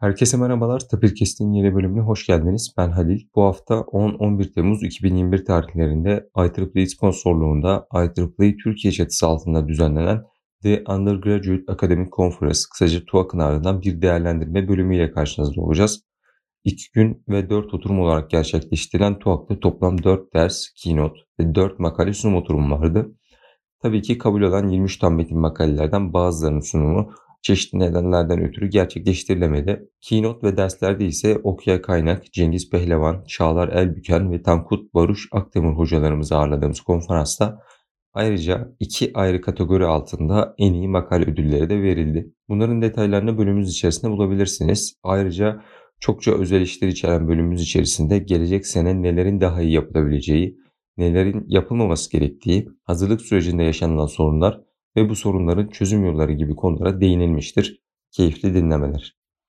Herkese merhabalar. Tapirkest'in yeni bölümüne hoş geldiniz. Ben Halil. Bu hafta 10-11 Temmuz 2021 tarihlerinde IEEE sponsorluğunda IEEE Türkiye çatısı altında düzenlenen The Undergraduate Academic Conference, kısaca TUAC'ın ardından bir değerlendirme bölümüyle karşınızda olacağız. 2 gün ve 4 oturum olarak gerçekleştirilen TUAC'ta toplam 4 ders, keynote ve 4 makale sunum oturumu vardı. Tabii ki kabul olan 23 tam metin makalelerden bazılarının sunumu çeşitli nedenlerden ötürü gerçekleştirilemedi. Keynote ve derslerde ise Okyay Kaynak, Cengiz Pehlevan, Çağlar Elbüken ve Tankut Baruş Akdemir hocalarımızı ağırladığımız konferansta ayrıca 2 ayrı kategori altında en iyi makale ödülleri de verildi. Bunların detaylarını bölümümüz içerisinde bulabilirsiniz. Ayrıca çokça özel işler içeren bölümümüz içerisinde gelecek sene nelerin daha iyi yapılabileceği, nelerin yapılmaması gerektiği, hazırlık sürecinde yaşanılan sorunlar ve bu sorunların çözüm yolları gibi konulara değinilmiştir. Keyifli dinlemeler.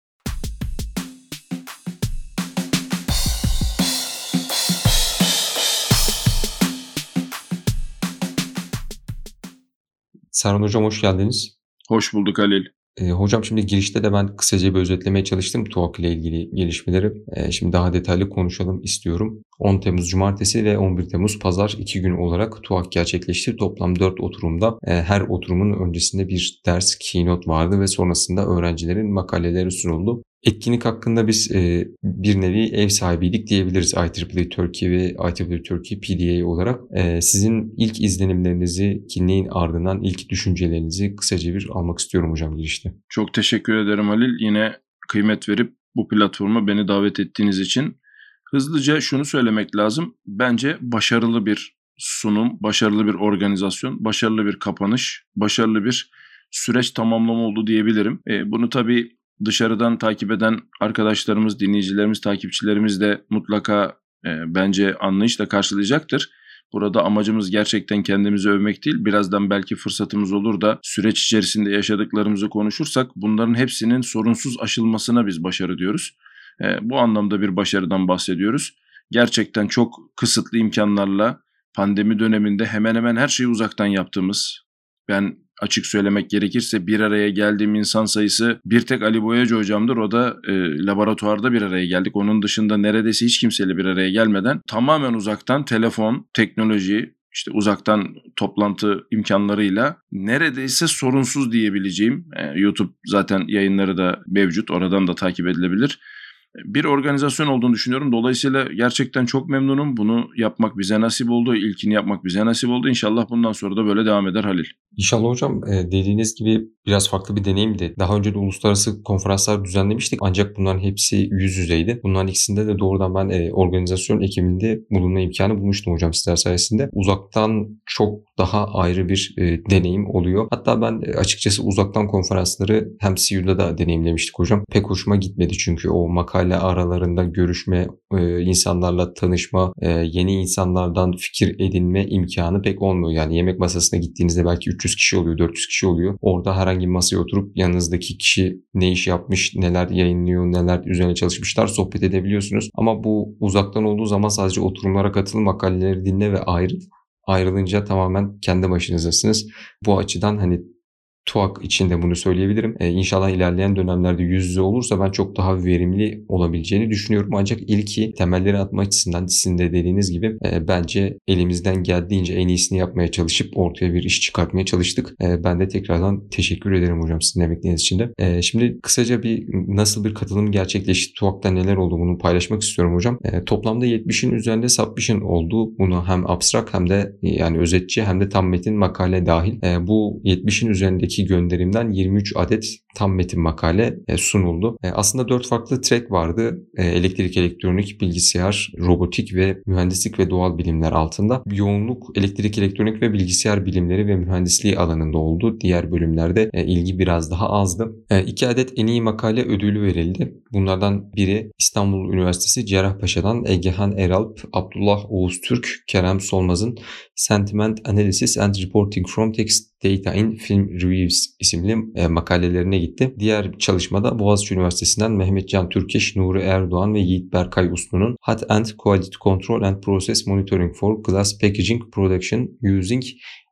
Serhan Hocam hoş geldiniz. Hoş bulduk Halil. Hocam şimdi girişte de ben kısaca bir özetlemeye çalıştım TUAC ile ilgili gelişmeleri. Şimdi daha detaylı konuşalım istiyorum. 10 Temmuz Cumartesi ve 11 Temmuz Pazar 2 gün olarak TUAC gerçekleşti. Toplam 4 oturumda her oturumun öncesinde bir ders, keynote vardı ve sonrasında öğrencilerin makaleleri sunuldu. Etkinlik hakkında biz bir nevi ev sahibiydik diyebiliriz IEEE Türkiye ve IEEE Türkiye PDA olarak. Sizin ilk izlenimlerinizi, kinliğin ardından ilk düşüncelerinizi kısaca bir almak istiyorum hocam girişte. Çok teşekkür ederim Halil. Yine kıymet verip bu platforma beni davet ettiğiniz için. Hızlıca şunu söylemek lazım. Bence başarılı bir sunum, başarılı bir organizasyon, başarılı bir kapanış, başarılı bir süreç tamamlama oldu diyebilirim. Bunu tabii dışarıdan takip eden arkadaşlarımız, dinleyicilerimiz, takipçilerimiz de mutlaka bence anlayışla karşılayacaktır. Burada amacımız gerçekten kendimizi övmek değil. Birazdan belki fırsatımız olur da süreç içerisinde yaşadıklarımızı konuşursak bunların hepsinin sorunsuz aşılmasına biz başarı diyoruz. Bu anlamda bir başarıdan bahsediyoruz. Gerçekten çok kısıtlı imkanlarla pandemi döneminde hemen hemen her şeyi uzaktan yaptığımız, ben açık söylemek gerekirse bir araya geldiğim insan sayısı bir tek Ali Boyacı hocamdır. O da laboratuvarda bir araya geldik. Onun dışında neredeyse hiç kimseyle bir araya gelmeden tamamen uzaktan telefon, teknoloji, işte uzaktan toplantı imkanlarıyla neredeyse sorunsuz diyebileceğim, YouTube zaten yayınları da mevcut, oradan da takip edilebilir, bir organizasyon olduğunu düşünüyorum. Dolayısıyla gerçekten çok memnunum. Bunu yapmak bize nasip oldu. İlkini yapmak bize nasip oldu. İnşallah bundan sonra da böyle devam eder Halil. İnşallah hocam, dediğiniz gibi biraz farklı bir deneyimdi. Daha önce de uluslararası konferanslar düzenlemiştik ancak bunların hepsi yüz yüzeydi. Bunların ikisinde de doğrudan ben organizasyon ekibinde bulunma imkanı bulmuştum hocam sizler sayesinde. Uzaktan çok daha ayrı bir deneyim oluyor. Hatta ben açıkçası uzaktan konferansları hem CU'da da deneyimlemiştik hocam. Pek hoşuma gitmedi çünkü o makale aralarında görüşme, insanlarla tanışma, yeni insanlardan fikir edinme imkanı pek olmuyor. Yani yemek masasına gittiğinizde belki 300 kişi oluyor, 400 kişi oluyor. Orada herhangi bir masaya oturup yanınızdaki kişi ne iş yapmış, neler yayınlıyor, neler üzerine çalışmışlar sohbet edebiliyorsunuz. Ama bu uzaktan olduğu zaman sadece oturumlara katıl, makaleleri dinle ve ayrıl. Ayrılınca tamamen kendi başınızdasınız. Bu açıdan hani TUAC için de bunu söyleyebilirim. İnşallah ilerleyen dönemlerde yüz yüze olursa ben çok daha verimli olabileceğini düşünüyorum. Ancak ilki temelleri atma açısından sizin de dediğiniz gibi bence elimizden geldiğince en iyisini yapmaya çalışıp ortaya bir iş çıkartmaya çalıştık. Ben de tekrardan teşekkür ederim hocam sizin emekleriniz için de. Şimdi kısaca nasıl bir katılım gerçekleşti, TUAC'ta neler oldu bunu paylaşmak istiyorum hocam. Toplamda 70'in üzerinde submission oldu. Bunu hem abstrak hem de yani özetçi hem de tam metin makale dahil. Bu 70'in üzerindeki gönderimden 23 adet tam metin makale sunuldu. Aslında 4 farklı track vardı. Elektrik, elektronik, bilgisayar, robotik ve mühendislik ve doğal bilimler altında. Yoğunluk elektrik, elektronik ve bilgisayar bilimleri ve mühendisliği alanında oldu. Diğer bölümlerde ilgi biraz daha azdı. 2 adet en iyi makale ödülü verildi. Bunlardan biri İstanbul Üniversitesi Cerrahpaşa'dan Egehan Eralp, Abdullah Oğuz Türk, Kerem Solmaz'ın Sentiment Analysis and Reporting from Text Data in Film Reviews isimli makalelerine gitti. Diğer çalışmada Boğaziçi Üniversitesi'nden Mehmetcan Türkeş, Nuri Erdoğan ve Yiğit Berkay Uslu'nun Hot End Quality Control and Process Monitoring for Glass Packaging Production Using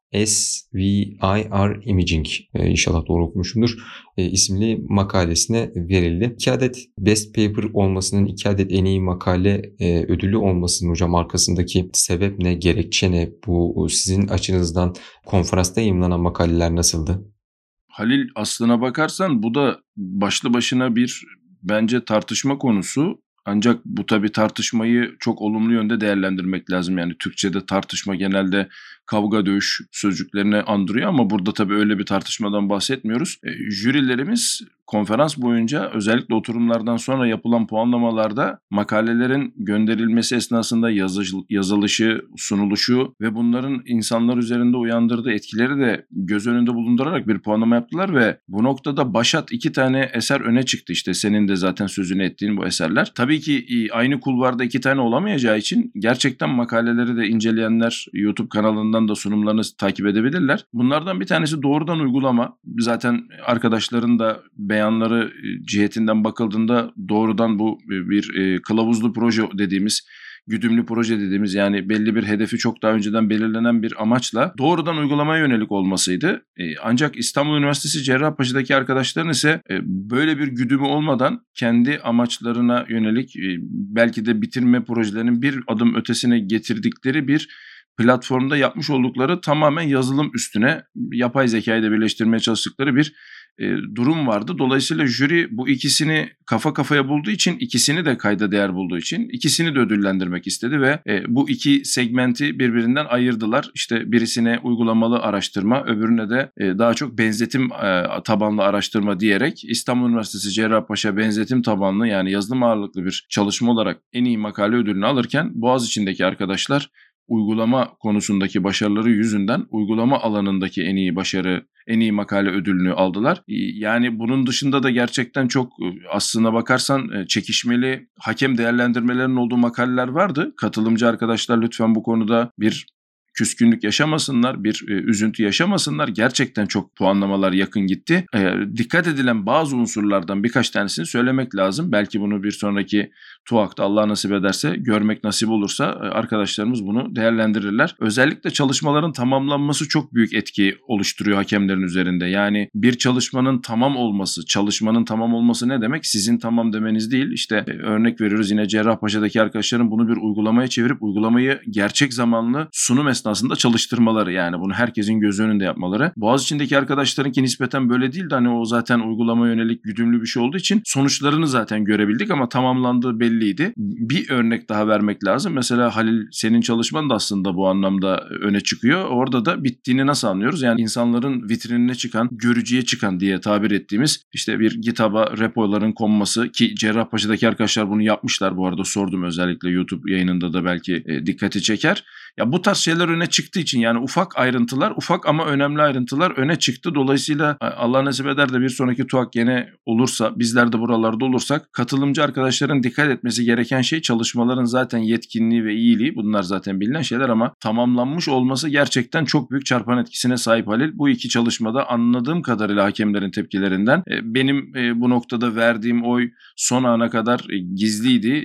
SVIR Imaging, inşallah doğru okumuşumdur, isimli makalesine verildi. 2 adet Best Paper olmasının, 2 adet en iyi makale ödülü olmasının hocam arkasındaki sebep ne, gerekçe ne? Bu sizin açınızdan konferansta yayımlanan makaleler nasıldı? Halil, aslına bakarsan bu da başlı başına bir bence tartışma konusu. Ancak bu tabii tartışmayı çok olumlu yönde değerlendirmek lazım. Yani Türkçe'de tartışma genelde kavga dövüş sözcüklerini andırıyor ama burada tabii öyle bir tartışmadan bahsetmiyoruz. Jürilerimiz konferans boyunca özellikle oturumlardan sonra yapılan puanlamalarda makalelerin gönderilmesi esnasında yazılışı, sunuluşu ve bunların insanlar üzerinde uyandırdığı etkileri de göz önünde bulundurarak bir puanlama yaptılar ve bu noktada başat 2 tane eser öne çıktı. İşte senin de zaten sözünü ettiğin bu eserler. Tabii ki aynı kulvarda 2 tane olamayacağı için gerçekten makaleleri de inceleyenler YouTube kanalından da sunumlarını takip edebilirler. Bunlardan bir tanesi doğrudan uygulama. Zaten arkadaşların da beyanları cihetinden bakıldığında doğrudan bu bir kılavuzlu proje dediğimiz, güdümlü proje dediğimiz, yani belli bir hedefi çok daha önceden belirlenen bir amaçla doğrudan uygulamaya yönelik olmasıydı. Ancak İstanbul Üniversitesi Cerrahpaşa'daki arkadaşların ise böyle bir güdümü olmadan kendi amaçlarına yönelik belki de bitirme projelerinin bir adım ötesine getirdikleri bir platformda yapmış oldukları tamamen yazılım üstüne yapay zekayı da birleştirmeye çalıştıkları bir durum vardı. Dolayısıyla jüri bu ikisini kafa kafaya bulduğu için, ikisini de kayda değer bulduğu için ikisini de ödüllendirmek istedi ve bu iki segmenti birbirinden ayırdılar. İşte birisine uygulamalı araştırma, öbürüne de daha çok benzetim tabanlı araştırma diyerek İstanbul Üniversitesi Cerrahpaşa benzetim tabanlı, yani yazılım ağırlıklı bir çalışma olarak en iyi makale ödülünü alırken Boğaziçi'ndeki arkadaşlar uygulama konusundaki başarıları yüzünden uygulama alanındaki en iyi başarı, en iyi makale ödülünü aldılar. Yani bunun dışında da gerçekten çok, aslına bakarsan, çekişmeli hakem değerlendirmelerinin olduğu makaleler vardı. Katılımcı arkadaşlar lütfen bu konuda bir küskünlük yaşamasınlar, bir üzüntü yaşamasınlar. Gerçekten çok puanlamalar yakın gitti. Dikkat edilen bazı unsurlardan birkaç tanesini söylemek lazım. Belki bunu bir sonraki TUAK'ta Allah nasip ederse, görmek nasip olursa arkadaşlarımız bunu değerlendirirler. Özellikle çalışmaların tamamlanması çok büyük etki oluşturuyor hakemlerin üzerinde. Yani bir çalışmanın tamam olması, çalışmanın tamam olması ne demek? Sizin tamam demeniz değil. İşte örnek veriyoruz, yine Cerrahpaşa'daki arkadaşların bunu bir uygulamaya çevirip uygulamayı gerçek zamanlı sunum esnasında çalıştırmaları, yani bunu herkesin göz önünde yapmaları. Boğaziçi'ndeki arkadaşlarınki nispeten böyle değildi. Hani o zaten uygulama yönelik güdümlü bir şey olduğu için sonuçlarını zaten görebildik ama tamamlandığı belliydi. Bir örnek daha vermek lazım. Mesela Halil, senin çalışman da aslında bu anlamda öne çıkıyor. Orada da bittiğini nasıl anlıyoruz? Yani insanların vitrinine çıkan, görücüye çıkan diye tabir ettiğimiz işte bir GitHub'a repoların konması, ki Cerrahpaşa'daki arkadaşlar bunu yapmışlar bu arada, sordum özellikle YouTube yayınında da, belki dikkati çeker. Ya bu tarz şeyler öne çıktığı için, yani ufak ayrıntılar, ufak ama önemli ayrıntılar öne çıktı. Dolayısıyla Allah nasip eder de bir sonraki TUAK gene olursa, bizler de buralarda olursak, katılımcı arkadaşların dikkat etmesi gereken şey, çalışmaların zaten yetkinliği ve iyiliği, bunlar zaten bilinen şeyler ama tamamlanmış olması gerçekten çok büyük çarpan etkisine sahip Halil. Bu iki çalışmada anladığım kadarıyla hakemlerin tepkilerinden benim bu noktada verdiğim oy son ana kadar gizliydi.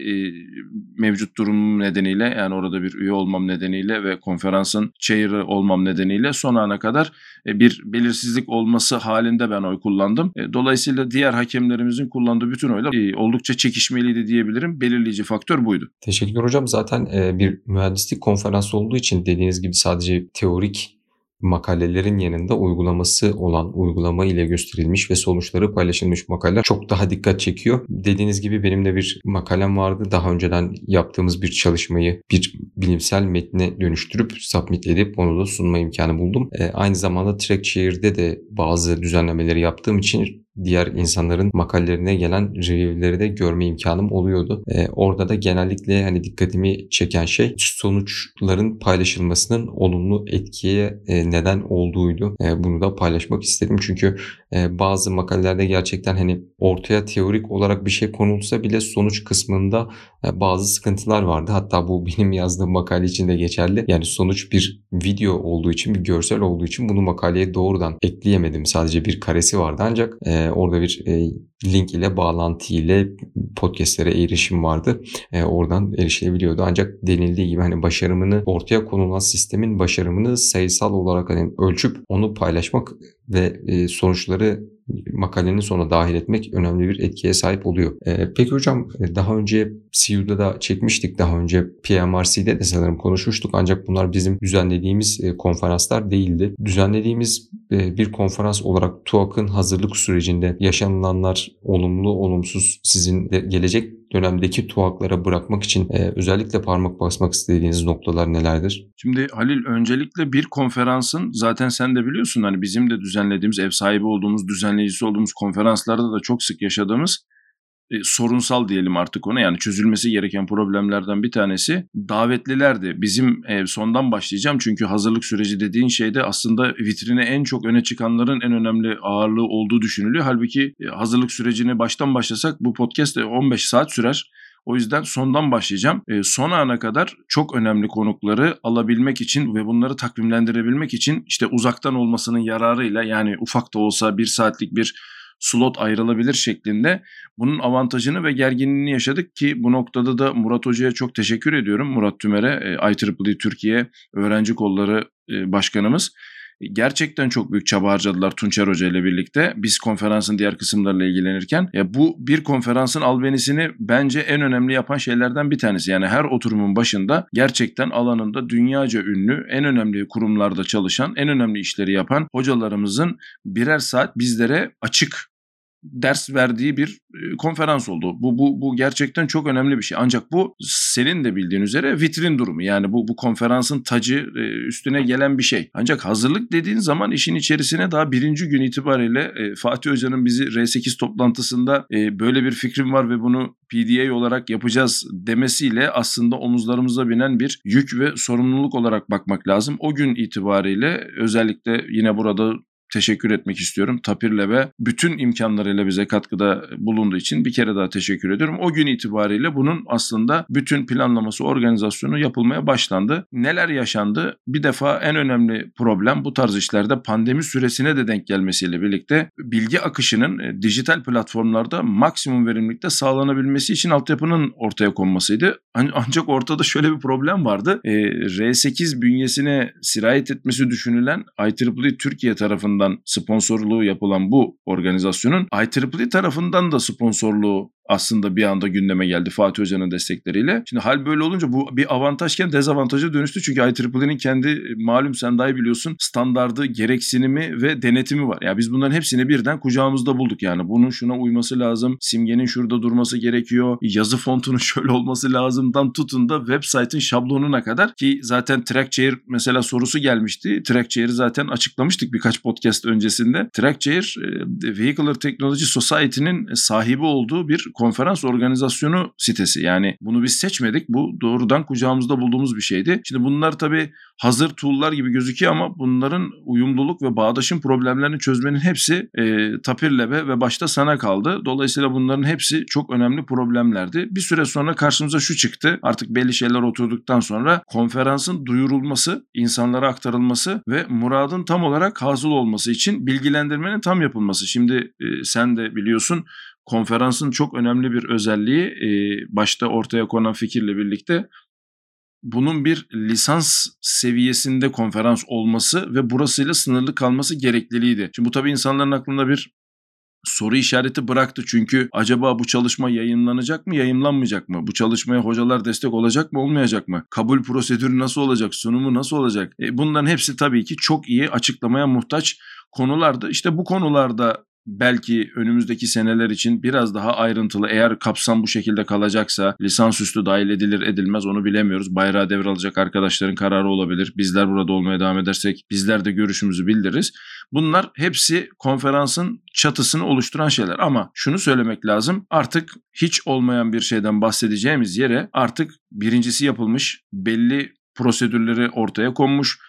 Mevcut durum nedeniyle, yani orada bir üye olmam nedeniyle ve konferansın chair'ı olmam nedeniyle son ana kadar bir belirsizlik olması halinde ben oy kullandım. Dolayısıyla diğer hakemlerimizin kullandığı bütün oylar oldukça çekişmeliydi diyebilirim. Belirleyici faktör buydu. Teşekkürler hocam. Zaten bir mühendislik konferansı olduğu için dediğiniz gibi sadece teorik makalelerin yanında uygulaması olan, uygulama ile gösterilmiş ve sonuçları paylaşılmış makaleler çok daha dikkat çekiyor. Dediğiniz gibi benim de bir makalem vardı. Daha önceden yaptığımız bir çalışmayı bir bilimsel metne dönüştürüp submit edip onu da sunma imkanı buldum. Aynı zamanda TrackShare'de de bazı düzenlemeleri yaptığım için diğer insanların makalelerine gelen review'leri de görme imkanım oluyordu. Orada da genellikle hani dikkatimi çeken şey sonuçların paylaşılmasının olumlu etkiye neden olduğuydu. Bunu da paylaşmak istedim çünkü bazı makalelerde gerçekten hani ortaya teorik olarak bir şey konulsa bile sonuç kısmında bazı sıkıntılar vardı. Hatta bu benim yazdığım makale için de geçerli. Yani sonuç bir video olduğu için, bir görsel olduğu için bunu makaleye doğrudan ekleyemedim. Sadece bir karesi vardı ancak Orada bir link ile, bağlantı ile podcast'lere erişim vardı. Oradan erişilebiliyordu. Ancak denildiği gibi hani başarımını, ortaya konulan sistemin başarımını sayısal olarak hani ölçüp onu paylaşmak ve sonuçları makalenin sonuna dahil etmek önemli bir etkiye sahip oluyor. Peki hocam, daha önce CU'da da çekmiştik. Daha önce PMRC'de de sanırım konuşmuştuk. Ancak bunlar bizim düzenlediğimiz konferanslar değildi. Düzenlediğimiz bir konferans olarak TUAK'ın hazırlık sürecinde yaşanılanlar olumlu, olumsuz, sizin de gelecek dönemdeki TUAK'lara bırakmak için özellikle parmak basmak istediğiniz noktalar nelerdir? Şimdi Halil, öncelikle bir konferansın, zaten sen de biliyorsun, hani bizim de düzenlediğimiz, ev sahibi olduğumuz, düzenleyicisi olduğumuz konferanslarda da çok sık yaşadığımız sorunsal diyelim artık ona, yani çözülmesi gereken problemlerden bir tanesi davetlilerdi. Bizim sondan başlayacağım çünkü hazırlık süreci dediğin şeyde aslında vitrine en çok öne çıkanların en önemli ağırlığı olduğu düşünülüyor. Halbuki hazırlık sürecine baştan başlasak bu podcast 15 saat sürer. O yüzden sondan başlayacağım. Son ana kadar çok önemli konukları alabilmek için ve bunları takvimlendirebilmek için işte uzaktan olmasının yararıyla, yani ufak da olsa 1 saatlik bir slot ayrılabilir şeklinde bunun avantajını ve gerginliğini yaşadık ki bu noktada da Murat Hoca'ya çok teşekkür ediyorum. Murat Tümer'e, IEEE Türkiye Öğrenci Kolları Başkanımız. Gerçekten çok büyük çaba harcadılar Tunçer Hoca ile birlikte. Biz konferansın diğer kısımlarıyla ilgilenirken. Bu bir konferansın albenisini bence en önemli yapan şeylerden bir tanesi. Yani her oturumun başında gerçekten alanında dünyaca ünlü, en önemli kurumlarda çalışan, en önemli işleri yapan hocalarımızın birer saat bizlere açık ders verdiği bir konferans oldu. Bu gerçekten çok önemli bir şey. Ancak bu senin de bildiğin üzere vitrin durumu. Yani bu konferansın tacı, üstüne gelen bir şey. Ancak hazırlık dediğin zaman işin içerisine daha 1. gün itibariyle Fatih Hoca'nın bizi R8 toplantısında böyle bir fikrim var ve bunu PDA olarak yapacağız demesiyle aslında omuzlarımıza binen bir yük ve sorumluluk olarak bakmak lazım. O gün itibariyle özellikle yine burada teşekkür etmek istiyorum. Tapir'le ve bütün imkanlarıyla bize katkıda bulunduğu için bir kere daha teşekkür ediyorum. O gün itibariyle bunun aslında bütün planlaması, organizasyonu yapılmaya başlandı. Neler yaşandı? Bir defa en önemli problem bu tarz işlerde pandemi süresine de denk gelmesiyle birlikte bilgi akışının dijital platformlarda maksimum verimlilikte sağlanabilmesi için altyapının ortaya konmasıydı. Ancak ortada şöyle bir problem vardı. R8 bünyesine sirayet etmesi düşünülen IEEE Türkiye tarafından sponsorluğu yapılan bu organizasyonun IEEE tarafından da sponsorluğu aslında bir anda gündeme geldi Fatih Hoca'nın destekleriyle. Şimdi hal böyle olunca bu bir avantajken dezavantaja dönüştü. Çünkü IEEE'nin kendi, malum sen daha iyi biliyorsun, standardı, gereksinimi ve denetimi var. Yani biz bunların hepsini birden kucağımızda bulduk yani. Bunun şuna uyması lazım, simgenin şurada durması gerekiyor, yazı fontunun şöyle olması lazımdan tutun da website'ın şablonuna kadar, ki zaten TrackChair mesela sorusu gelmişti. TrackChair'i zaten açıklamıştık birkaç podcast öncesinde. TrackChair, Vehicular Technology Society'nin sahibi olduğu bir konferans organizasyonu sitesi. Yani bunu biz seçmedik. Bu doğrudan kucağımızda bulduğumuz bir şeydi. Şimdi bunlar tabii hazır tool'lar gibi gözüküyor ama bunların uyumluluk ve bağdaşım problemlerini çözmenin hepsi Tapir'le ve başta sana kaldı. Dolayısıyla bunların hepsi çok önemli problemlerdi. Bir süre sonra karşımıza şu çıktı. Artık belli şeyler oturduktan sonra konferansın duyurulması, insanlara aktarılması ve muradın tam olarak hasıl olması için bilgilendirmenin tam yapılması. Şimdi sen de biliyorsun, konferansın çok önemli bir özelliği başta ortaya konan fikirle birlikte bunun bir lisans seviyesinde konferans olması ve burasıyla sınırlı kalması gerekliliğiydi. Şimdi bu tabii insanların aklında bir soru işareti bıraktı. Çünkü acaba bu çalışma yayınlanacak mı, yayımlanmayacak mı? Bu çalışmaya hocalar destek olacak mı, olmayacak mı? Kabul prosedürü nasıl olacak? Sunumu nasıl olacak? Bunların hepsi tabii ki çok iyi açıklamaya muhtaç konulardı. İşte bu konularda belki önümüzdeki seneler için biraz daha ayrıntılı, eğer kapsam bu şekilde kalacaksa, lisansüstü dahil edilir edilmez onu bilemiyoruz. Bayrağı devralacak arkadaşların kararı olabilir. Bizler burada olmaya devam edersek bizler de görüşümüzü bildiririz. Bunlar hepsi konferansın çatısını oluşturan şeyler. Ama şunu söylemek lazım, artık hiç olmayan bir şeyden bahsedeceğimiz yere artık birincisi yapılmış, belli prosedürleri ortaya konmuş,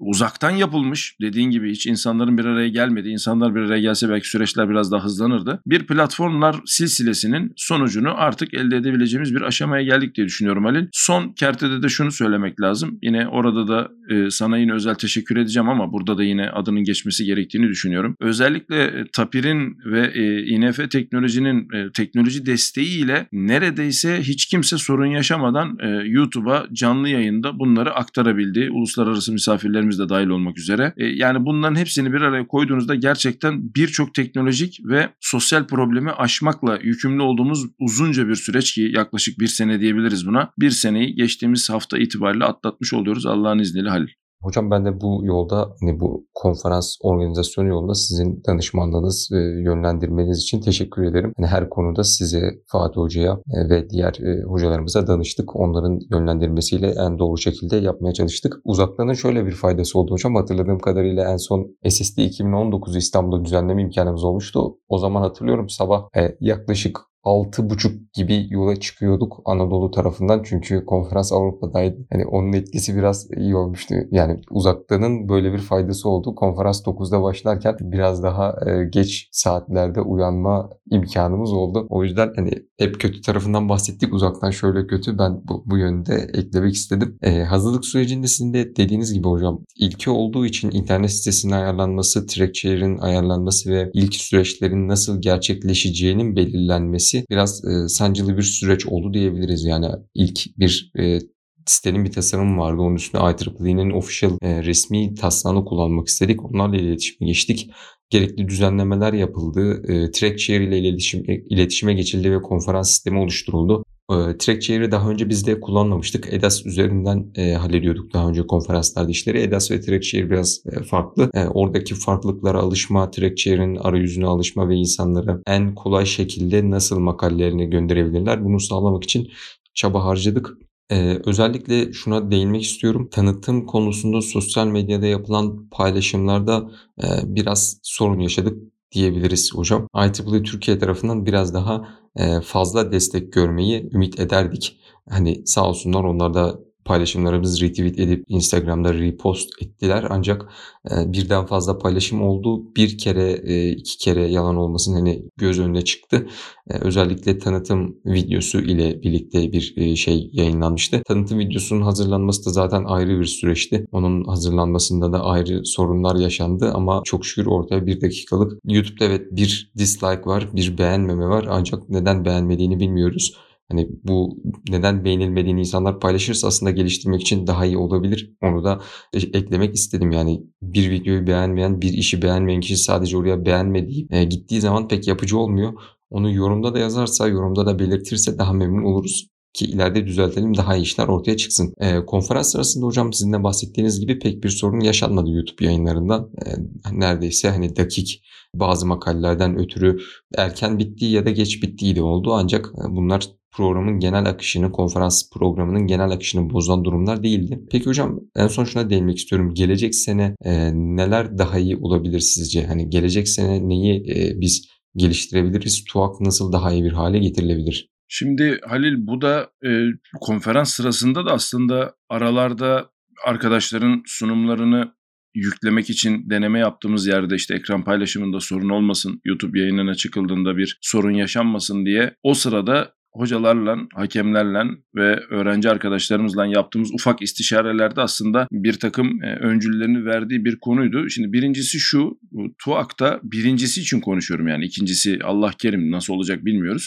uzaktan yapılmış, dediğin gibi hiç insanların bir araya gelmediği, insanlar bir araya gelse belki süreçler biraz daha hızlanırdı. Bir platformlar silsilesinin sonucunu artık elde edebileceğimiz bir aşamaya geldik diye düşünüyorum Halil. Son kertede de şunu söylemek lazım. Yine orada da sana yine özel teşekkür edeceğim ama burada da yine adının geçmesi gerektiğini düşünüyorum. Özellikle Tapir'in ve INF teknolojinin teknoloji desteğiyle neredeyse hiç kimse sorun yaşamadan YouTube'a canlı yayında bunları aktarabildi. Uluslararası misafirlerimiz de dahil olmak üzere. Yani bunların hepsini bir araya koyduğunuzda gerçekten birçok teknolojik ve sosyal problemi aşmakla yükümlü olduğumuz uzunca bir süreç ki yaklaşık bir sene diyebiliriz buna. Bir seneyi geçtiğimiz hafta itibariyle atlatmış oluyoruz Allah'ın izniyle Halil. Hocam ben de bu yolda hani bu konferans organizasyonu yolunda sizin danışmanlığınız, yönlendirmeniz için teşekkür ederim. Hani her konuda size, Fatih Hoca'ya ve diğer hocalarımıza danıştık. Onların yönlendirmesiyle en doğru şekilde yapmaya çalıştık. Uzaktanın şöyle bir faydası oldu hocam. Hatırladığım kadarıyla en son SSD 2019 İstanbul'da düzenleme imkanımız olmuştu. O zaman hatırlıyorum sabah yaklaşık 6.30 gibi yola çıkıyorduk Anadolu tarafından. Çünkü konferans Avrupa'daydı. Hani onun etkisi biraz iyi olmuştu. Yani uzaktanın böyle bir faydası oldu. Konferans 9'da başlarken biraz daha geç saatlerde uyanma imkanımız oldu. O yüzden hani hep kötü tarafından bahsettik. Uzaktan şöyle kötü. Ben bu yönde eklemek istedim. Hazırlık sürecinde sizin de dediğiniz gibi hocam ilki olduğu için internet sitesinin ayarlanması, TrackShare'in ayarlanması ve ilk süreçlerin nasıl gerçekleşeceğinin belirlenmesi biraz sancılı bir süreç oldu diyebiliriz. Yani ilk bir sitenin bir tasarımı vardı. Onun üstüne IEEE'nin official resmi taslağını kullanmak istedik. Onlarla iletişime geçtik. Gerekli düzenlemeler yapıldı. TrackShare ile iletişime geçildi ve konferans sistemi oluşturuldu. TrackShare'i daha önce biz de kullanmamıştık. EDAS üzerinden hallediyorduk daha önce konferanslarda işleri. EDAS ve TrackShare biraz farklı. Oradaki farklılıklara alışma, TrackShare'in arayüzüne alışma ve insanlara en kolay şekilde nasıl makalelerini gönderebilirler bunu sağlamak için çaba harcadık. Özellikle şuna değinmek istiyorum. Tanıtım konusunda sosyal medyada yapılan paylaşımlarda biraz sorun yaşadık diyebiliriz hocam. IEEE Türkiye tarafından biraz daha fazla destek görmeyi ümit ederdik. Hani sağ olsunlar onlar da paylaşımlarımızı retweet edip Instagram'da repost ettiler. Ancak birden fazla paylaşım oldu. Bir kere, iki kere yalan olmasın hani göz önüne çıktı. Özellikle tanıtım videosu ile birlikte bir şey yayınlanmıştı. Tanıtım videosunun hazırlanması da zaten ayrı bir süreçti. Onun hazırlanmasında da ayrı sorunlar yaşandı ama çok şükür ortaya 1 dakikalık YouTube'da evet bir dislike var, bir beğenmeme var. Ancak neden beğenmediğini bilmiyoruz. Hani bu neden beğenilmediğini insanlar paylaşırsa aslında geliştirmek için daha iyi olabilir. Onu da eklemek istedim. Yani bir videoyu beğenmeyen, bir işi beğenmeyen kişi sadece oraya beğenmediği gittiği zaman pek yapıcı olmuyor. Onu yorumda da yazarsa, yorumda da belirtirse daha memnun oluruz ki ileride düzeltelim daha iyi işler ortaya çıksın. Konferans sırasında hocam sizin de bahsettiğiniz gibi pek bir sorun yaşanmadı YouTube yayınlarından. Neredeyse hani dakik bazı makalelerden ötürü erken bittiği ya da geç bittiği de oldu. Ancak bunlar programın genel akışını, konferans programının genel akışını bozan durumlar değildi. Peki hocam en son şuna değinmek istiyorum. Gelecek sene neler daha iyi olabilir sizce? Hani gelecek sene neyi biz geliştirebiliriz? TUAK nasıl daha iyi bir hale getirilebilir? Şimdi Halil bu da konferans sırasında da aslında aralarda arkadaşların sunumlarını yüklemek için deneme yaptığımız yerde işte ekran paylaşımında sorun olmasın, YouTube yayınına çıkıldığında bir sorun yaşanmasın diye o sırada hocalarla, hakemlerle ve öğrenci arkadaşlarımızla yaptığımız ufak istişarelerde aslında bir takım öncüllerini verdiği bir konuydu. Şimdi birincisi şu, TUAK'ta birincisi için konuşuyorum yani ikincisi Allah kerim nasıl olacak bilmiyoruz.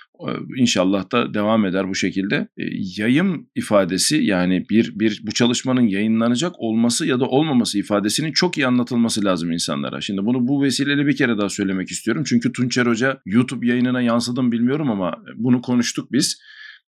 İnşallah da devam eder bu şekilde. Yayım ifadesi yani bu çalışmanın yayınlanacak olması ya da olmaması ifadesinin çok iyi anlatılması lazım insanlara. Şimdi bunu bu vesileyle bir kere daha söylemek istiyorum. Çünkü Tunçer Hoca YouTube yayınına yansıdı mı bilmiyorum ama bunu konuştuk biz.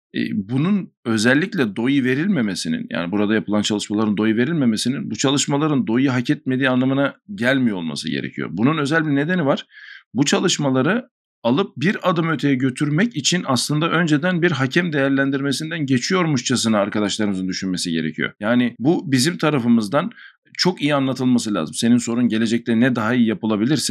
Bunun özellikle doyu verilmemesinin yani burada yapılan çalışmaların doyu verilmemesinin bu çalışmaların doyu hak etmediği anlamına gelmiyor olması gerekiyor. Bunun özel bir nedeni var. Bu çalışmaları alıp bir adım öteye götürmek için aslında önceden bir hakem değerlendirmesinden geçiyormuşçasına arkadaşlarımızın düşünmesi gerekiyor. Yani bu bizim tarafımızdan çok iyi anlatılması lazım. Senin sorun gelecekte ne daha iyi yapılabilirse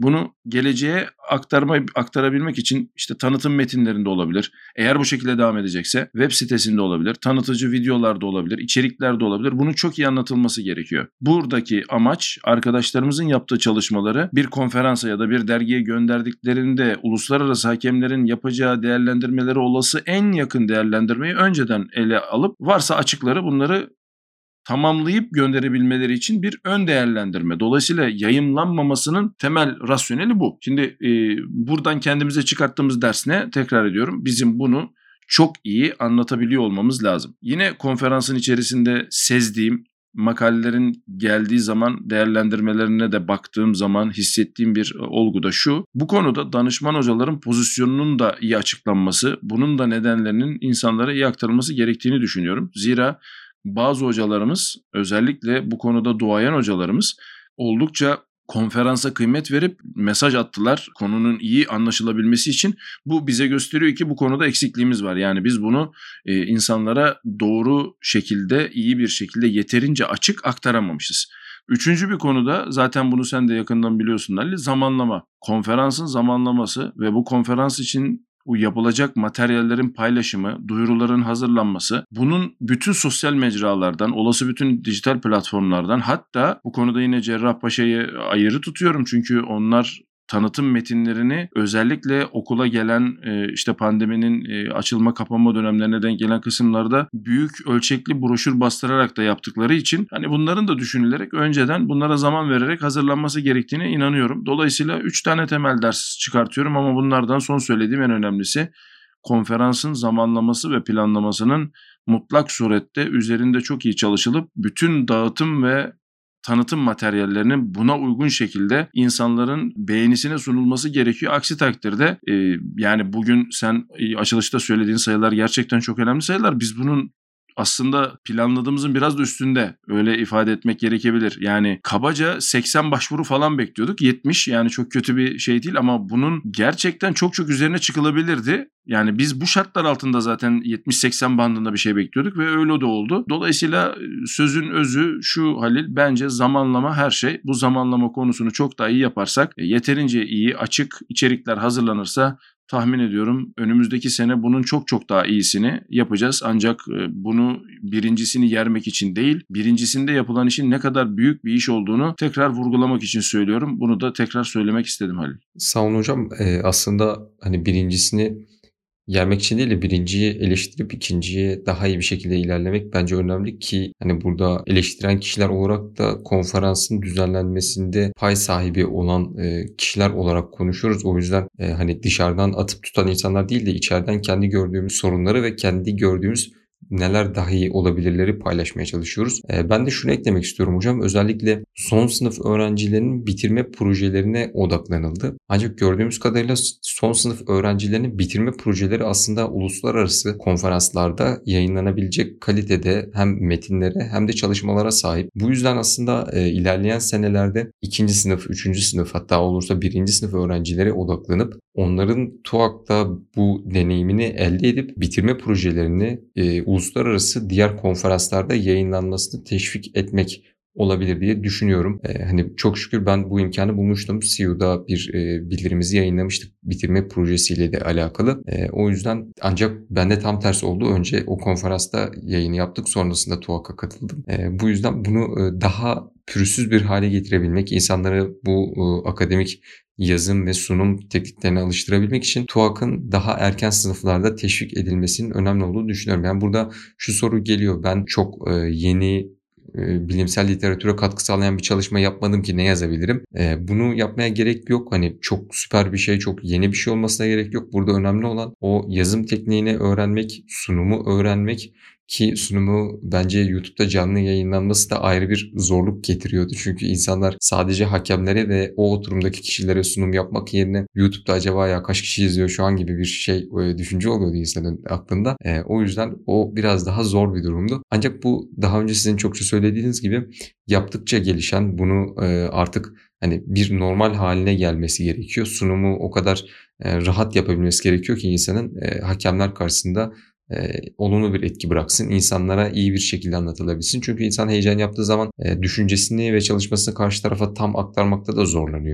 Bunu geleceğe aktarabilmek için işte tanıtım metinlerinde olabilir. Eğer bu şekilde devam edecekse web sitesinde olabilir, tanıtıcı videolarda olabilir, içeriklerde olabilir. Bunun çok iyi anlatılması gerekiyor. Buradaki amaç arkadaşlarımızın yaptığı çalışmaları bir konferansa ya da bir dergiye gönderdiklerinde uluslararası hakemlerin yapacağı değerlendirmeleri olası en yakın değerlendirmeyi önceden ele alıp varsa açıkları bunları tamamlayıp gönderebilmeleri için bir ön değerlendirme. Dolayısıyla yayımlanmamasının temel rasyoneli bu. Şimdi buradan kendimize çıkarttığımız ders ne? Tekrar ediyorum. Bizim bunu çok iyi anlatabiliyor olmamız lazım. Yine konferansın içerisinde sezdiğim, makalelerin geldiği zaman değerlendirmelerine de baktığım zaman hissettiğim bir olgu da şu. Bu konuda danışman hocaların pozisyonunun da iyi açıklanması, bunun da nedenlerinin insanlara iyi aktarılması gerektiğini düşünüyorum. Zira bazı hocalarımız, özellikle bu konuda duayen hocalarımız oldukça konferansa kıymet verip mesaj attılar konunun iyi anlaşılabilmesi için. Bu bize gösteriyor ki bu konuda eksikliğimiz var. Yani biz bunu insanlara doğru şekilde, iyi bir şekilde yeterince açık aktaramamışız. Üçüncü bir konuda zaten bunu sen de yakından biliyorsun Ali, zamanlama. Konferansın zamanlaması ve bu konferans için bu yapılacak materyallerin paylaşımı, duyuruların hazırlanması, bunun bütün sosyal mecralardan, olası bütün dijital platformlardan, hatta bu konuda yine Cerrahpaşa'yı ayrı tutuyorum çünkü onlar tanıtım metinlerini özellikle okula gelen işte pandeminin açılma kapanma dönemlerine denk gelen kısımlarda büyük ölçekli broşür bastırarak da yaptıkları için hani bunların da düşünülerek önceden bunlara zaman vererek hazırlanması gerektiğine inanıyorum. Dolayısıyla 3 tane temel ders çıkartıyorum ama bunlardan son söylediğim en önemlisi konferansın zamanlaması ve planlamasının mutlak surette üzerinde çok iyi çalışılıp bütün dağıtım ve tanıtım materyallerinin buna uygun şekilde insanların beğenisine sunulması gerekiyor. Aksi takdirde yani bugün sen açılışta söylediğin sayılar gerçekten çok önemli sayılar. Biz bunun aslında planladığımızın biraz da üstünde, öyle ifade etmek gerekebilir. Yani kabaca 80 başvuru falan bekliyorduk. 70, yani çok kötü bir şey değil ama bunun gerçekten çok çok üzerine çıkılabilirdi. Yani biz bu şartlar altında zaten 70-80 bandında bir şey bekliyorduk ve öyle de oldu. Dolayısıyla sözün özü şu Halil, bence zamanlama her şey. Bu zamanlama konusunu çok daha iyi yaparsak, yeterince iyi açık içerikler hazırlanırsa tahmin ediyorum önümüzdeki sene bunun çok çok daha iyisini yapacağız. Ancak bunu birincisini yermek için değil, birincisinde yapılan işin ne kadar büyük bir iş olduğunu tekrar vurgulamak için söylüyorum. Bunu da tekrar söylemek istedim Halil. Sağ olun hocam. Aslında hani birincisini yermek için değil de birinciyi eleştirip ikinciye daha iyi bir şekilde ilerlemek bence önemli ki hani burada eleştiren kişiler olarak da konferansın düzenlenmesinde pay sahibi olan kişiler olarak konuşuyoruz. O yüzden hani dışarıdan atıp tutan insanlar değil de içeriden kendi gördüğümüz sorunları ve kendi gördüğümüz neler daha iyi olabilirleri paylaşmaya çalışıyoruz. Ben de şunu eklemek istiyorum hocam. Özellikle son sınıf öğrencilerinin bitirme projelerine odaklanıldı. Ancak gördüğümüz kadarıyla son sınıf öğrencilerinin bitirme projeleri aslında uluslararası konferanslarda yayınlanabilecek kalitede hem metinlere hem de çalışmalara sahip. Bu yüzden aslında ilerleyen senelerde 2. sınıf, 3. sınıf, hatta olursa 1. sınıf öğrencilere odaklanıp onların TUAK'ta bu deneyimini elde edip bitirme projelerini uluslararası diğer konferanslarda yayınlanmasını teşvik etmek olabilir diye düşünüyorum. Hani çok şükür ben bu imkanı bulmuştum. CEU'da bir bildirimizi yayınlamıştık bitirme projesiyle de alakalı. O yüzden ancak bende tam tersi oldu. Önce o konferansta yayını yaptık, sonrasında TUAK'a katıldım. Bu yüzden bunu daha pürüzsüz bir hale getirebilmek, insanları bu akademik yazım ve sunum tekniklerine alıştırabilmek için TUAK'ın daha erken sınıflarda teşvik edilmesinin önemli olduğunu düşünüyorum. Yani burada şu soru geliyor. Ben çok yeni bilimsel literatüre katkı sağlayan bir çalışma yapmadım ki ne yazabilirim? Bunu yapmaya gerek yok. Hani çok süper bir şey, çok yeni bir şey olmasına gerek yok. Burada önemli olan o yazım tekniğini öğrenmek, sunumu öğrenmek. Ki sunumu bence YouTube'da canlı yayınlanması da ayrı bir zorluk getiriyordu. Çünkü insanlar sadece hakemlere ve o oturumdaki kişilere sunum yapmak yerine YouTube'da acaba ya kaç kişi izliyor şu an gibi bir şey düşünce oluyordu insanın aklında. O yüzden o biraz daha zor bir durumdu. Ancak bu daha önce sizin çokça söylediğiniz gibi yaptıkça gelişen, bunu artık hani bir normal haline gelmesi gerekiyor. Sunumu o kadar rahat yapabilmesi gerekiyor ki insanın hakemler karşısında olumlu bir etki bıraksın. İnsanlara iyi bir şekilde anlatılabilsin. Çünkü insan heyecan yaptığı zaman düşüncesini ve çalışmasını karşı tarafa tam aktarmakta da zorlanıyor.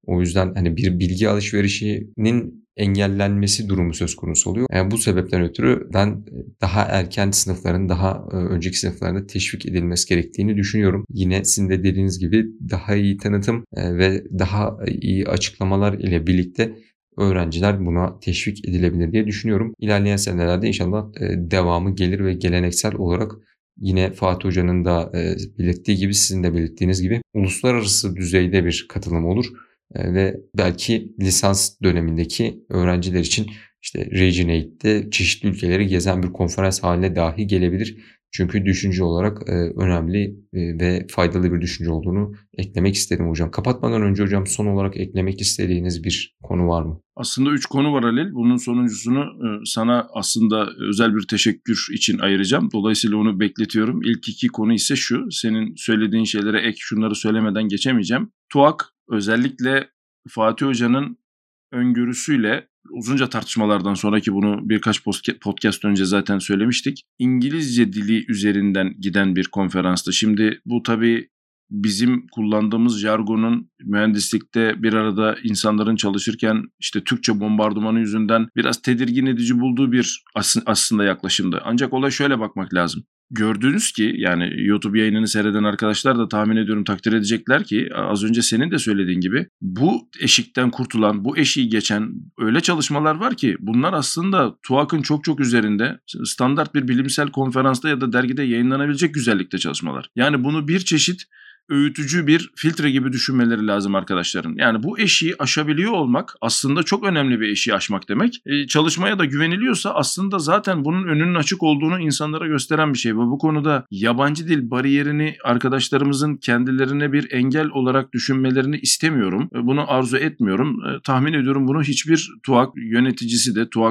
O yüzden hani bir bilgi alışverişinin engellenmesi durumu söz konusu oluyor. Yani bu sebepten ötürü ben daha erken sınıfların, daha önceki sınıflarda teşvik edilmesi gerektiğini düşünüyorum. Yine sizin de dediğiniz gibi daha iyi tanıtım ve daha iyi açıklamalar ile birlikte öğrenciler buna teşvik edilebilir diye düşünüyorum. İlerleyen senelerde inşallah devamı gelir ve geleneksel olarak yine Fatih Hoca'nın da belirttiği gibi, sizin de belirttiğiniz gibi uluslararası düzeyde bir katılım olur. Ve belki lisans dönemindeki öğrenciler için işte Regionate'de çeşitli ülkeleri gezen bir konferans haline dahi gelebilir. Çünkü düşünce olarak önemli ve faydalı bir düşünce olduğunu eklemek istedim hocam. Kapatmadan önce hocam son olarak eklemek istediğiniz bir konu var mı? Aslında 3 konu var Halil. Bunun sonuncusunu sana aslında özel bir teşekkür için ayıracağım. Dolayısıyla onu bekletiyorum. İlk 2 konu ise şu. Senin söylediğin şeylere ek şunları söylemeden geçemeyeceğim. TUAK özellikle Fatih Hoca'nın öngörüsüyle uzunca tartışmalardan sonraki bunu birkaç podcast önce zaten söylemiştik. İngilizce dili üzerinden giden bir konferanstı. Şimdi bu tabii bizim kullandığımız jargonun mühendislikte bir arada insanların çalışırken işte Türkçe bombardımanı yüzünden biraz tedirgin edici bulduğu bir aslında yaklaşımdı. Ancak olay şöyle bakmak lazım. Gördüğünüz ki yani YouTube yayınını seyreden arkadaşlar da tahmin ediyorum takdir edecekler ki az önce senin de söylediğin gibi bu eşikten kurtulan, bu eşiği geçen öyle çalışmalar var ki bunlar aslında TUAK'ın çok çok üzerinde standart bir bilimsel konferansta ya da dergide yayınlanabilecek güzellikte çalışmalar. Yani bunu bir çeşit öğütücü bir filtre gibi düşünmeleri lazım arkadaşların. Yani bu eşiği aşabiliyor olmak aslında çok önemli bir eşiği aşmak demek. Çalışmaya da güveniliyorsa aslında zaten bunun önünün açık olduğunu insanlara gösteren bir şey. Ve bu konuda yabancı dil bariyerini arkadaşlarımızın kendilerine bir engel olarak düşünmelerini istemiyorum. Bunu arzu etmiyorum. Tahmin ediyorum bunu hiçbir TUAK yöneticisi de, TUAK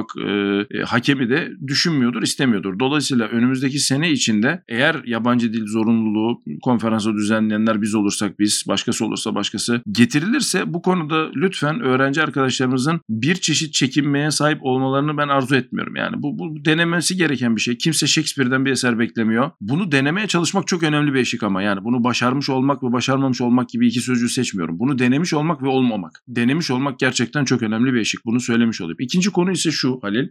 hakemi de düşünmüyordur, istemiyordur. Dolayısıyla önümüzdeki sene içinde eğer yabancı dil zorunluluğu konferansı düzenleyenler biz olursak biz, başkası olursa başkası getirilirse bu konuda lütfen öğrenci arkadaşlarımızın bir çeşit çekinmeye sahip olmalarını ben arzu etmiyorum. Yani bu denemesi gereken bir şey. Kimse Shakespeare'den bir eser beklemiyor. Bunu denemeye çalışmak çok önemli bir eşik ama yani bunu başarmış olmak ve başarmamış olmak gibi iki sözcüğü seçmiyorum. Bunu denemiş olmak ve olmamak. Denemiş olmak gerçekten çok önemli bir eşik. Bunu söylemiş olayım. İkinci konu ise şu Halil.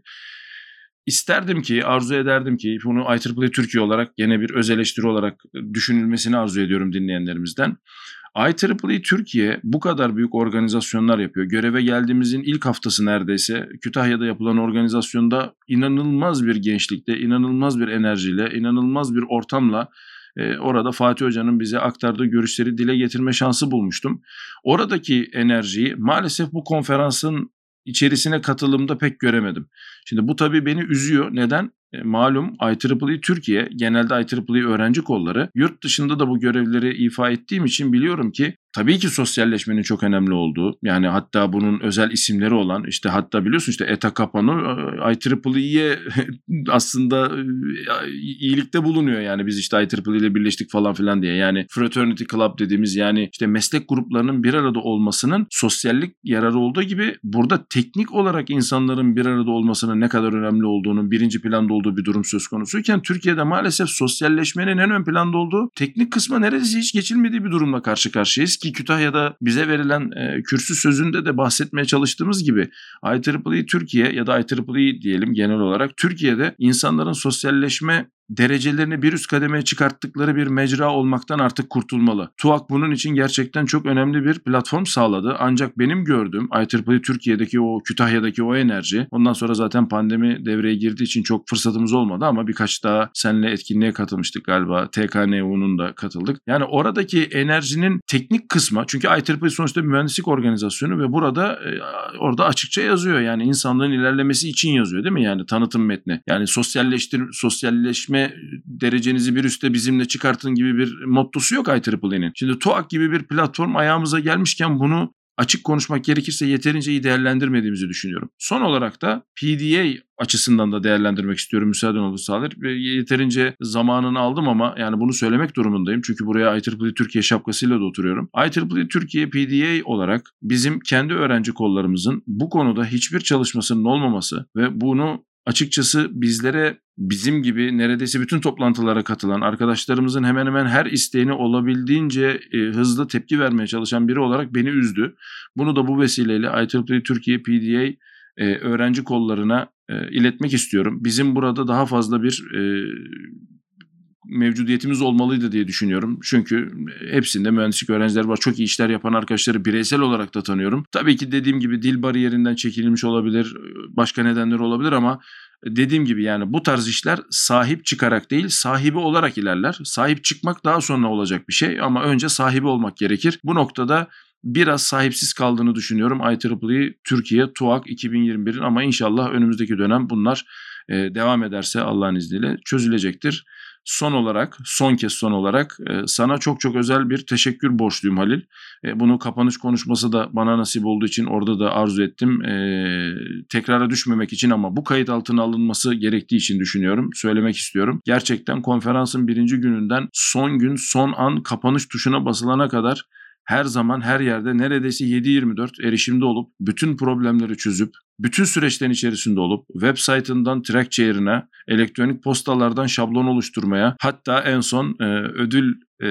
İsterdim ki, arzu ederdim ki bunu IEEE Türkiye olarak gene bir öz eleştiri olarak düşünülmesini arzu ediyorum dinleyenlerimizden. IEEE Türkiye bu kadar büyük organizasyonlar yapıyor. Göreve geldiğimizin ilk haftası neredeyse Kütahya'da yapılan organizasyonda inanılmaz bir gençlikte, inanılmaz bir enerjiyle, inanılmaz bir ortamla orada Fatih Hoca'nın bize aktardığı görüşleri dile getirme şansı bulmuştum. Oradaki enerjiyi maalesef bu konferansın içerisine katılımda pek göremedim. Şimdi bu tabii beni üzüyor. Neden? Malum IEEE Türkiye, genelde IEEE öğrenci kolları yurt dışında da bu görevleri ifa ettiğim için biliyorum ki tabii ki sosyalleşmenin çok önemli olduğu, yani hatta bunun özel isimleri olan işte hatta biliyorsun işte ETA Kapano IEEE'ye aslında iyilikte bulunuyor, yani biz işte IEEE ile birleştik falan filan diye. Yani Fraternity Club dediğimiz, yani işte meslek gruplarının bir arada olmasının sosyallik yararı olduğu gibi burada teknik olarak insanların bir arada olmasının ne kadar önemli olduğunun birinci planda olduğu bir durum söz konusuyken Türkiye'de maalesef sosyalleşmenin en ön planda olduğu, teknik kısma neredeyse hiç geçilmediği bir durumla karşı karşıyayız ki Kütahya'da bize verilen kürsü sözünde de bahsetmeye çalıştığımız gibi IEEE Türkiye ya da IEEE diyelim genel olarak Türkiye'de insanların sosyalleşme derecelerini bir üst kademeye çıkarttıkları bir mecra olmaktan artık kurtulmalı. TUAK bunun için gerçekten çok önemli bir platform sağladı. Ancak benim gördüğüm IEEE Türkiye'deki o Kütahya'daki o enerji, ondan sonra zaten pandemi devreye girdiği için çok fırsatımız olmadı ama birkaç daha seninle etkinliğe katılmıştık galiba. TKNU'nun da katıldık. Yani oradaki enerjinin teknik kısma, çünkü IEEE sonuçta bir mühendislik organizasyonu ve burada orada açıkça yazıyor, yani insanlığın ilerlemesi için yazıyor değil mi? Yani tanıtım metni. Yani sosyalleşme derecenizi bir üste bizimle çıkartın gibi bir mottosu yok IEEE'nin. Şimdi TUAK gibi bir platform ayağımıza gelmişken bunu açık konuşmak gerekirse yeterince iyi değerlendirmediğimizi düşünüyorum. Son olarak da PDA açısından da değerlendirmek istiyorum müsaaden olursa. Yeterince zamanını aldım ama yani bunu söylemek durumundayım. Çünkü buraya IEEE Türkiye şapkasıyla da oturuyorum. IEEE Türkiye PDA olarak bizim kendi öğrenci kollarımızın bu konuda hiçbir çalışmasının olmaması ve bunu açıkçası bizlere bizim gibi neredeyse bütün toplantılara katılan arkadaşlarımızın hemen hemen her isteğine olabildiğince hızlı tepki vermeye çalışan biri olarak beni üzdü. Bunu da bu vesileyle IEEE Türkiye PDA öğrenci kollarına iletmek istiyorum. Bizim burada daha fazla bir mevcudiyetimiz olmalıydı diye düşünüyorum. Çünkü hepsinde mühendislik öğrencileri var. Çok iyi işler yapan arkadaşları bireysel olarak da tanıyorum. Tabii ki dediğim gibi dil bariyerinden çekilmiş olabilir, başka nedenler olabilir ama dediğim gibi yani bu tarz işler sahip çıkarak değil, sahibi olarak ilerler. Sahip çıkmak daha sonra olacak bir şey ama önce sahibi olmak gerekir. Bu noktada biraz sahipsiz kaldığını düşünüyorum IEEE Türkiye TUAK 2021'in ama inşallah önümüzdeki dönem bunlar devam ederse Allah'ın izniyle çözülecektir. Son kez sana çok çok özel bir teşekkür borçluyum Halil. Bunu kapanış konuşması da bana nasip olduğu için orada da arzu ettim. Tekrara düşmemek için ama bu kayıt altına alınması gerektiği için düşünüyorum, söylemek istiyorum. Gerçekten konferansın birinci gününden son gün, son an kapanış tuşuna basılana kadar her zaman her yerde neredeyse 7/24 erişimde olup bütün problemleri çözüp bütün süreçlerin içerisinde olup web site'ından TrackChair'ine, elektronik postalardan şablon oluşturmaya hatta en son ödül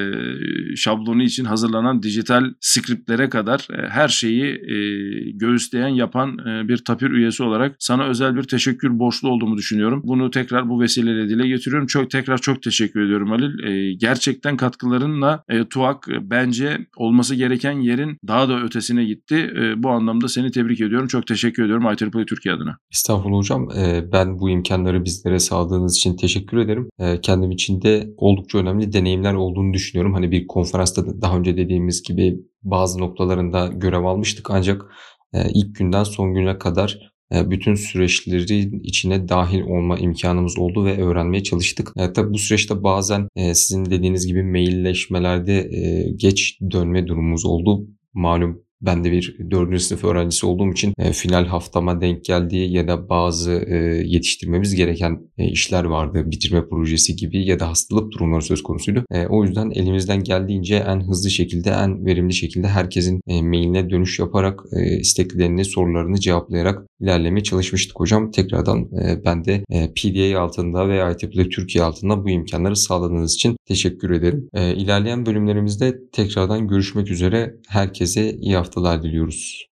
şablonu için hazırlanan dijital skriptlere kadar her şeyi göğüsleyen yapan bir tapir üyesi olarak sana özel bir teşekkür borçlu olduğumu düşünüyorum. Bunu tekrar bu vesileyle dile getiriyorum. Çok teşekkür ediyorum Halil. Gerçekten katkılarınla TUAK bence olması gereken yerin daha da ötesine gitti. Bu anlamda seni tebrik ediyorum. Çok teşekkür ediyorum IEEE Türkiye adına. Estağfurullah hocam. Ben bu imkanları bizlere sağladığınız için teşekkür ederim. Kendim için de oldukça önemli deneyimler olduğunu düşünüyorum. Hani bir konferansta da daha önce dediğimiz gibi bazı noktalarında görev almıştık ancak ilk günden son güne kadar bütün süreçlerin içine dahil olma imkanımız oldu ve öğrenmeye çalıştık. Tabii bu süreçte bazen sizin dediğiniz gibi mailleşmelerde geç dönme durumumuz oldu. Malum ben de bir 4. sınıf öğrencisi olduğum için final haftama denk geldiği ya da bazı yetiştirmemiz gereken işler vardı. Bitirme projesi gibi ya da hastalık durumları söz konusuydu. O yüzden elimizden geldiğince en hızlı şekilde, en verimli şekilde herkesin mailine dönüş yaparak isteklerini, sorularını cevaplayarak ilerlemeye çalışmıştık hocam. Tekrardan ben de PDA altında ve IEEE Türkiye altında bu imkanları sağladığınız için teşekkür ederim. İlerleyen bölümlerimizde tekrardan görüşmek üzere. Herkese iyi haftalar diliyoruz.